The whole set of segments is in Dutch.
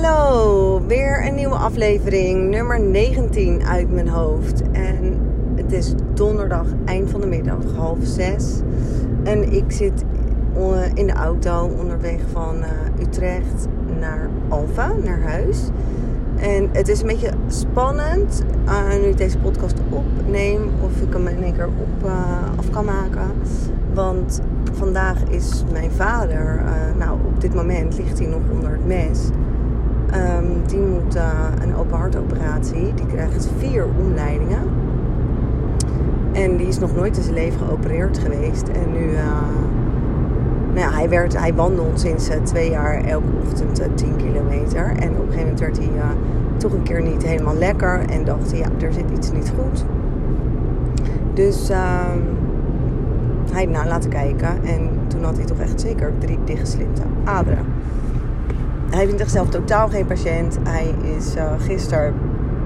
Hallo, weer een nieuwe aflevering, nummer 19 uit mijn hoofd. En het is donderdag, eind van de middag, 5:30. En ik zit in de auto onderweg van Utrecht naar Alphen, naar huis. En het is een beetje spannend nu ik deze podcast opneem of ik hem in één keer af kan maken. Want vandaag is mijn vader, op dit moment ligt hij nog onder het mes. Die moet een open hartoperatie. Die krijgt 4 omleidingen. En die is nog nooit in zijn leven geopereerd geweest. En nu, hij wandelt sinds 2 jaar elke ochtend 10 kilometer. En op een gegeven moment werd hij toch een keer niet helemaal lekker. En dacht hij, er zit iets niet goed. Dus hij heeft na laten kijken. En toen had hij toch echt zeker 3 dichtgeslipte aderen. Hij vindt zichzelf totaal geen patiënt. Hij is gisteren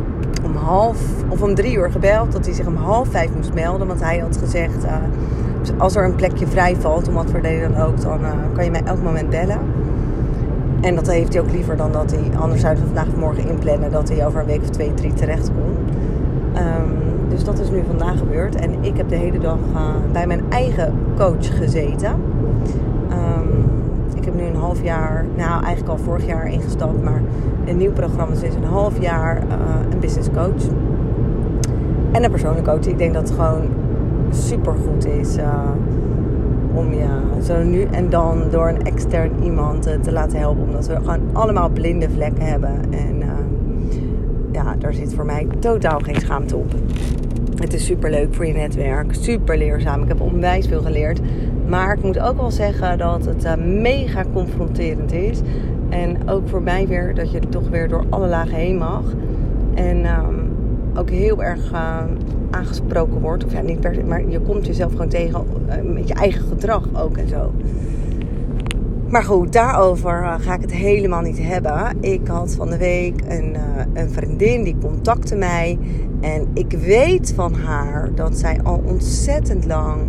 om 3 uur gebeld dat hij zich om 4:30 moest melden. Want hij had gezegd, als er een plekje vrij valt, om wat voor reden dan ook, dan kan je mij elk moment bellen. En dat heeft hij ook liever dan dat hij, anders zouden we vandaag of morgen inplannen, dat hij over een week of 2, 3 terecht kon. Dus dat is nu vandaag gebeurd. En ik heb de hele dag bij mijn eigen coach gezeten. Ik heb nu een half jaar, eigenlijk al vorig jaar ingestapt, maar een nieuw programma sinds een half jaar, een business coach. En een persoonlijk coach. Ik denk dat het gewoon super goed is om je zo nu en dan door een extern iemand te laten helpen. Omdat we gewoon allemaal blinde vlekken hebben. En daar zit voor mij totaal geen schaamte op. Het is super leuk voor je netwerk, super leerzaam. Ik heb onwijs veel geleerd. Maar ik moet ook wel zeggen dat het mega confronterend is. En ook voor mij weer dat je toch weer door alle lagen heen mag. En ook heel erg aangesproken wordt. Of niet per se, maar je komt jezelf gewoon tegen met je eigen gedrag ook en zo. Maar goed, daarover ga ik het helemaal niet hebben. Ik had van de week een vriendin die contactte mij. En ik weet van haar dat zij al ontzettend lang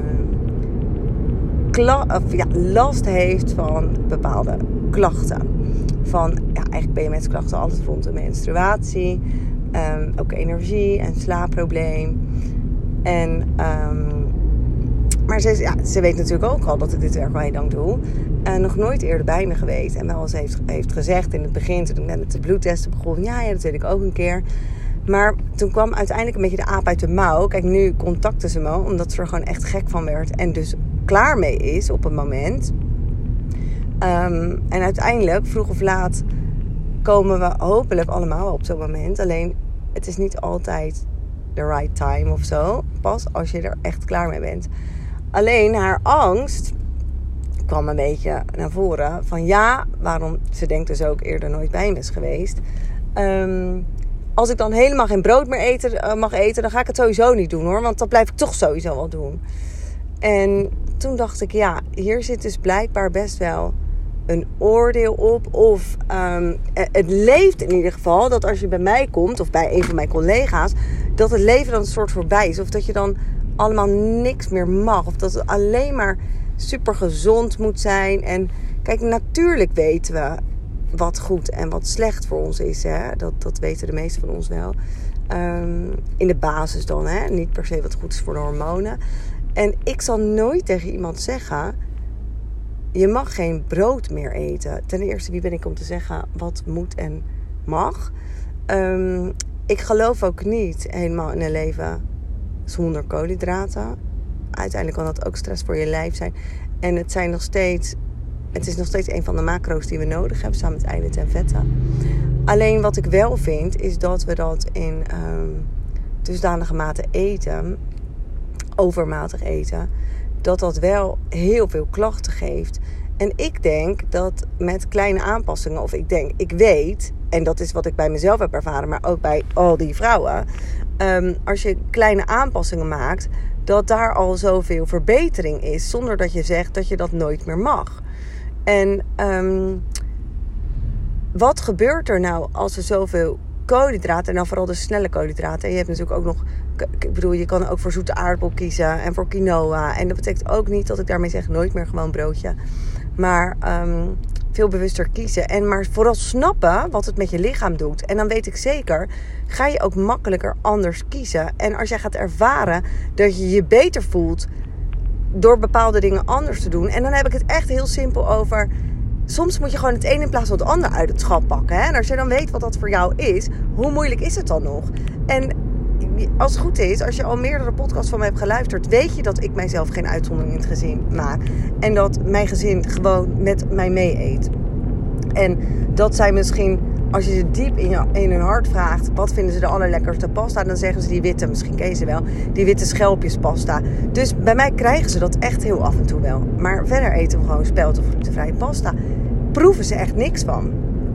last heeft van bepaalde klachten. Van, eigenlijk PMS-klachten altijd rond de menstruatie. Ook energie en slaapprobleem. En, maar ze weet natuurlijk ook al dat ik dit werk al heel lang doe. Nog nooit eerder bij me geweest. En wel eens heeft gezegd in het begin, toen ik net met de bloedtesten begon. Ja, dat weet ik ook een keer. Maar toen kwam uiteindelijk een beetje de aap uit de mouw. Kijk, nu contacten ze me, omdat ze er gewoon echt gek van werd. En dus klaar mee is op een moment. En uiteindelijk, vroeg of laat, komen we hopelijk allemaal op zo'n moment. Alleen, het is niet altijd the right time of zo. Pas als je er echt klaar mee bent. Alleen, haar angst kwam een beetje naar voren. Van waarom, ze denkt dus ook eerder nooit bij me is geweest. Als ik dan helemaal geen brood meer mag eten, dan ga ik het sowieso niet doen hoor. Want dat blijf ik toch sowieso wel doen. En toen dacht ik, hier zit dus blijkbaar best wel een oordeel op. Of het leeft in ieder geval dat als je bij mij komt, of bij een van mijn collega's, dat het leven dan een soort voorbij is. Of dat je dan allemaal niks meer mag. Of dat het alleen maar super gezond moet zijn. En kijk, natuurlijk weten we wat goed en wat slecht voor ons is. Hè? Dat weten de meesten van ons wel. In de basis dan. Hè? Niet per se wat goed is voor de hormonen. En ik zal nooit tegen iemand zeggen, je mag geen brood meer eten. Ten eerste, wie ben ik om te zeggen wat moet en mag. Ik geloof ook niet helemaal in een leven zonder koolhydraten. Uiteindelijk kan dat ook stress voor je lijf zijn. En het is nog steeds een van de macro's die we nodig hebben, samen met eiwitten en vetten. Alleen wat ik wel vind, is dat we dat in dusdanige mate eten, overmatig eten, dat wel heel veel klachten geeft. En ik denk dat met kleine aanpassingen, ik weet, en dat is wat ik bij mezelf heb ervaren, maar ook bij al die vrouwen, als je kleine aanpassingen maakt, dat daar al zoveel verbetering is, zonder dat je zegt dat je dat nooit meer mag. En wat gebeurt er nou als er zoveel koolhydraten, en dan vooral de snelle koolhydraten. En je hebt natuurlijk ook nog, je kan ook voor zoete aardappel kiezen en voor quinoa. En dat betekent ook niet dat ik daarmee zeg nooit meer gewoon broodje. Maar veel bewuster kiezen. En maar vooral snappen wat het met je lichaam doet. En dan weet ik zeker, ga je ook makkelijker anders kiezen. En als jij gaat ervaren dat je je beter voelt door bepaalde dingen anders te doen. En dan heb ik het echt heel simpel over. Soms moet je gewoon het een in plaats van het ander uit het schap pakken. Hè? En als je dan weet wat dat voor jou is, hoe moeilijk is het dan nog? En als het goed is, als je al meerdere podcasts van me hebt geluisterd, weet je dat ik mijzelf geen uitzondering in het gezin maak. En dat mijn gezin gewoon met mij mee eet. En dat zij misschien, als je ze diep in hun hart vraagt, wat vinden ze de allerlekkerste pasta? Dan zeggen ze die witte, misschien ken je ze wel, die witte schelpjespasta. Dus bij mij krijgen ze dat echt heel af en toe wel. Maar verder eten we gewoon spelt of glutenvrije pasta. Proeven ze echt niks van.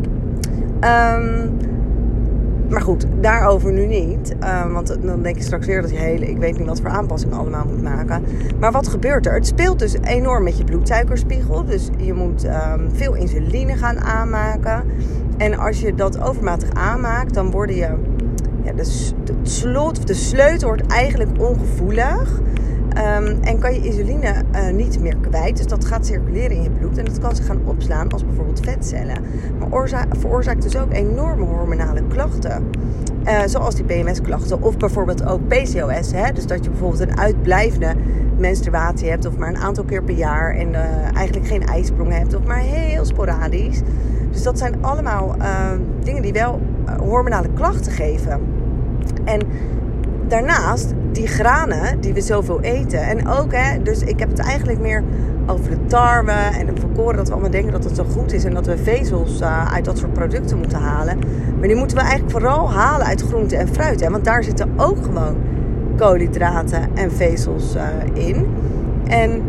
Maar goed, daarover nu niet. Want dan denk je straks weer dat ik weet niet wat voor aanpassingen allemaal moet maken. Maar wat gebeurt er? Het speelt dus enorm met je bloedsuikerspiegel. Dus je moet veel insuline gaan aanmaken. En als je dat overmatig aanmaakt, dan worden je... Ja, de sleutel wordt eigenlijk ongevoelig. En kan je insuline niet meer kwijt. Dus dat gaat circuleren in je bloed. En dat kan zich gaan opslaan als bijvoorbeeld vetcellen. Maar veroorzaakt dus ook enorme hormonale klachten. Zoals die PMS-klachten. Of bijvoorbeeld ook PCOS. Hè? Dus dat je bijvoorbeeld een uitblijvende menstruatie hebt. Of maar een aantal keer per jaar. En eigenlijk geen ijsprong hebt. Of maar heel sporadisch. Dus dat zijn allemaal dingen die wel hormonale klachten geven. En daarnaast die granen die we zoveel eten. En ook, dus ik heb het eigenlijk meer over de tarwe en de volkoren. Dat we allemaal denken dat het zo goed is. En dat we vezels uit dat soort producten moeten halen. Maar die moeten we eigenlijk vooral halen uit groente en fruit. Hè? Want daar zitten ook gewoon koolhydraten en vezels in. En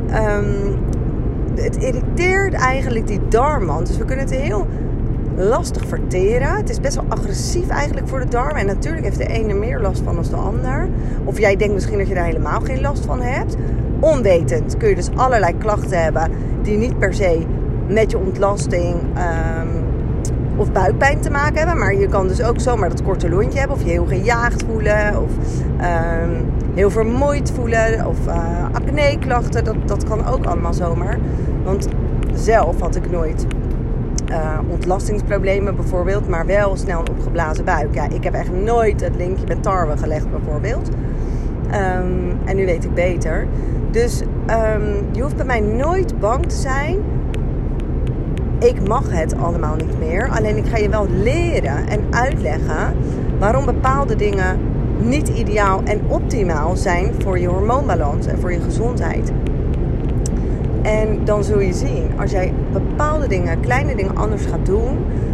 het irriteert eigenlijk die darmwand. Dus we kunnen het heel lastig verteren. Het is best wel agressief eigenlijk voor de darm. En natuurlijk heeft de ene meer last van dan de ander. Of jij denkt misschien dat je daar helemaal geen last van hebt. Onwetend kun je dus allerlei klachten hebben die niet per se met je ontlasting of buikpijn te maken hebben. Maar je kan dus ook zomaar dat korte lontje hebben. Of je heel gejaagd voelen. Of heel vermoeid voelen. Of acne-klachten. Dat kan ook allemaal zomaar. Want zelf had ik nooit ontlastingsproblemen bijvoorbeeld. Maar wel snel een opgeblazen buik. Ja, ik heb echt nooit het linkje met tarwe gelegd bijvoorbeeld. En nu weet ik beter. Dus je hoeft bij mij nooit bang te zijn. Ik mag het allemaal niet meer. Alleen ik ga je wel leren en uitleggen waarom bepaalde dingen niet ideaal en optimaal zijn voor je hormoonbalans en voor je gezondheid. En dan zul je zien, als jij bepaalde dingen, kleine dingen anders gaat doen,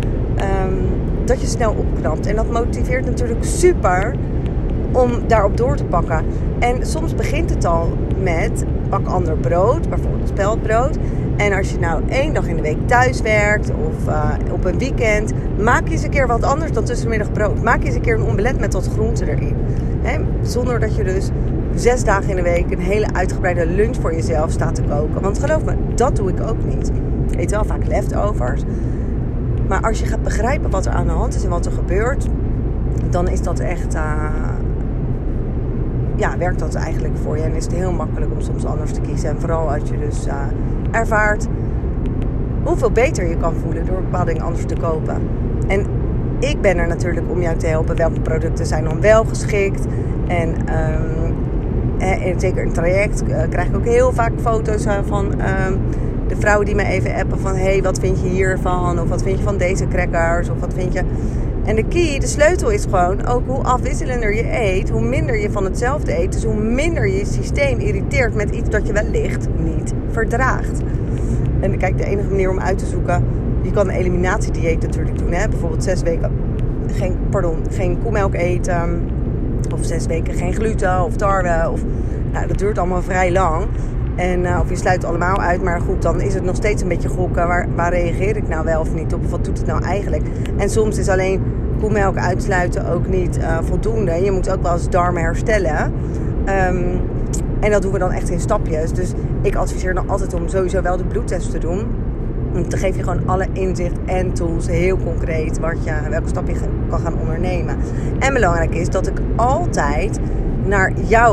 dat je snel opknapt. En dat motiveert natuurlijk super om daarop door te pakken. En soms begint het al met pak ander brood, bijvoorbeeld speldbrood. En als je nou 1 dag in de week thuis werkt of op een weekend, maak je eens een keer wat anders dan tussenmiddag brood. Maak je eens een keer een omelet met wat groenten erin. Hè? Zonder dat je dus 6 dagen in de week een hele uitgebreide lunch voor jezelf staat te koken. Want geloof me, dat doe ik ook niet. Ik eet wel vaak leftovers. Maar als je gaat begrijpen wat er aan de hand is en wat er gebeurt, dan is dat echt... werkt dat eigenlijk voor je. En is het heel makkelijk om soms anders te kiezen. En vooral als je dus ervaart hoeveel beter je kan voelen door bepaalde dingen anders te kopen. En ik ben er natuurlijk om jou te helpen. Welke producten zijn dan wel geschikt. En zeker in het traject krijg ik ook heel vaak foto's van de vrouwen die me even appen van... Hey, wat vind je hiervan? Of wat vind je van deze crackers? Of wat vind je... En de sleutel is gewoon ook hoe afwisselender je eet, hoe minder je van hetzelfde eet. Dus hoe minder je systeem irriteert met iets dat je wellicht niet verdraagt. En kijk, de enige manier om uit te zoeken, je kan een eliminatiedieet natuurlijk doen. Hè? Bijvoorbeeld 6 weken geen koemelk eten. Of 6 weken geen gluten of tarwe. Dat duurt allemaal vrij lang. En of je sluit het allemaal uit. Maar goed, dan is het nog steeds een beetje gokken. Waar reageer ik nou wel of niet op? Of wat doet het nou eigenlijk? En soms is alleen koemelk uitsluiten ook niet voldoende. Je moet ook wel eens darmen herstellen. En dat doen we dan echt in stapjes. Dus ik adviseer dan altijd om sowieso wel de bloedtest te doen. Dan geef je gewoon alle inzicht en tools heel concreet welke stap je kan gaan ondernemen. En belangrijk is dat ik altijd naar jouw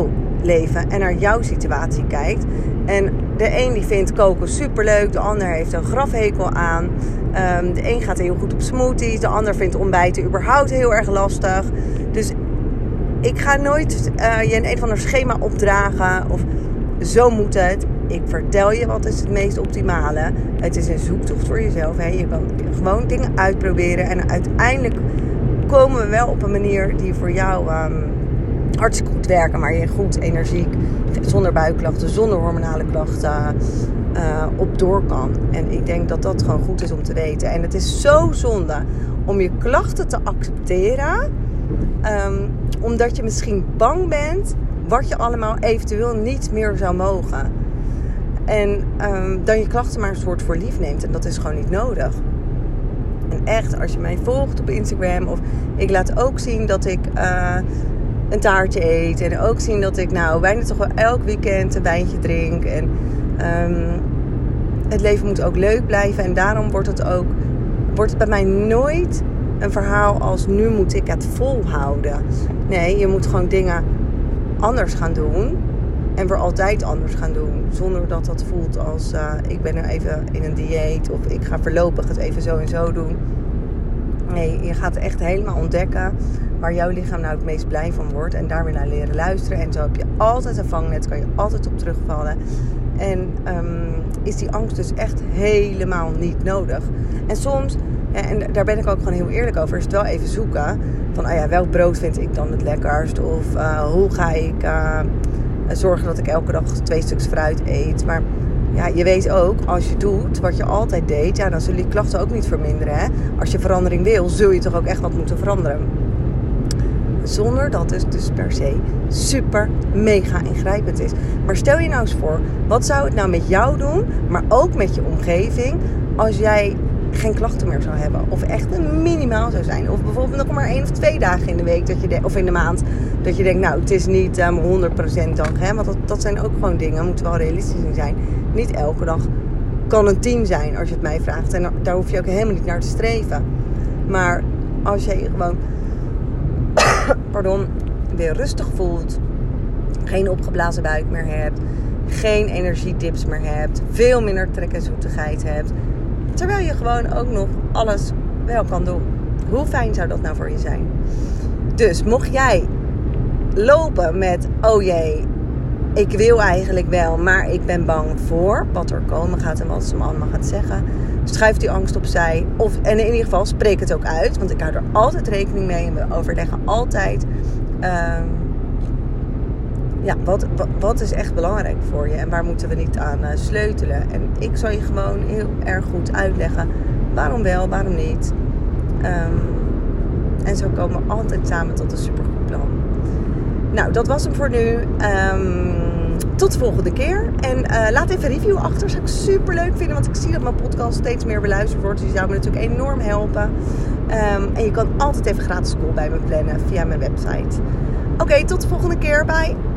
leven en naar jouw situatie kijkt. En de een die vindt koken superleuk, de ander heeft een grafhekel aan. De een gaat heel goed op smoothies, de ander vindt ontbijten überhaupt heel erg lastig. Dus ik ga nooit je een of ander schema opdragen of zo moet het. Ik vertel je wat is het meest optimale. Het is een zoektocht voor jezelf. Hè. Je kan gewoon dingen uitproberen en uiteindelijk komen we wel op een manier die voor jou hartstikke goed werken, maar je goed energiek, zonder buikklachten, zonder hormonale klachten op door kan. En ik denk dat dat gewoon goed is om te weten. En het is zo zonde om je klachten te accepteren, omdat je misschien bang bent wat je allemaal eventueel niet meer zou mogen. En dan je klachten maar een soort voor lief neemt. En dat is gewoon niet nodig. En echt, als je mij volgt op Instagram, of ik laat ook zien dat ik een taartje eet. En ook zien dat ik bijna toch wel elk weekend een wijntje drink. En het leven moet ook leuk blijven. En daarom wordt het bij mij nooit een verhaal als nu moet ik het volhouden. Nee, je moet gewoon dingen anders gaan doen. En voor altijd anders gaan doen. Zonder dat dat voelt als ik ben nu even in een dieet. Of ik ga voorlopig het even zo en zo doen. Nee, je gaat echt helemaal ontdekken waar jouw lichaam nou het meest blij van wordt. En daar weer naar leren luisteren. En zo heb je altijd een vangnet. Kan je altijd op terugvallen. En is die angst dus echt helemaal niet nodig. En soms, en daar ben ik ook gewoon heel eerlijk over, is het wel even zoeken. Van welk brood vind ik dan het lekkerst? Of hoe ga ik zorgen dat ik elke dag 2 stuks fruit eet. Maar ja, je weet ook, als je doet wat je altijd deed, dan zullen die klachten ook niet verminderen. Hè? Als je verandering wil, zul je toch ook echt wat moeten veranderen. Zonder dat het dus per se super mega ingrijpend is. Maar stel je nou eens voor, wat zou het nou met jou doen, maar ook met je omgeving, als jij geen klachten meer zou hebben. Of echt een minimaal zou zijn. Of bijvoorbeeld nog maar 1 of 2 dagen in de week of in de maand. Dat je denkt, het is niet 100% dag. Hè? Want dat zijn ook gewoon dingen. Moeten wel realistisch in zijn. Niet elke dag kan een 10 zijn als je het mij vraagt. En daar hoef je ook helemaal niet naar te streven. Maar als je gewoon weer rustig voelt. Geen opgeblazen buik meer hebt. Geen energiedips meer hebt. Veel minder trek en zoetigheid hebt. Terwijl je gewoon ook nog alles wel kan doen. Hoe fijn zou dat nou voor je zijn? Dus mocht jij lopen met, oh jee, ik wil eigenlijk wel, maar ik ben bang voor wat er komen gaat en wat ze me allemaal gaat zeggen. Schuif die angst opzij. En in ieder geval spreek het ook uit. Want ik hou er altijd rekening mee en we overleggen altijd. Wat is echt belangrijk voor je en waar moeten we niet aan sleutelen. En ik zal je gewoon heel erg goed uitleggen waarom wel, waarom niet. En zo komen we altijd samen tot een supergoed plan. Nou, dat was hem voor nu. Tot de volgende keer. En laat even een review achter. Zou ik super leuk vinden. Want ik zie dat mijn podcast steeds meer beluisterd wordt. Dus die zou me natuurlijk enorm helpen. En je kan altijd even gratis call bij me plannen via mijn website. Oké, tot de volgende keer. Bye.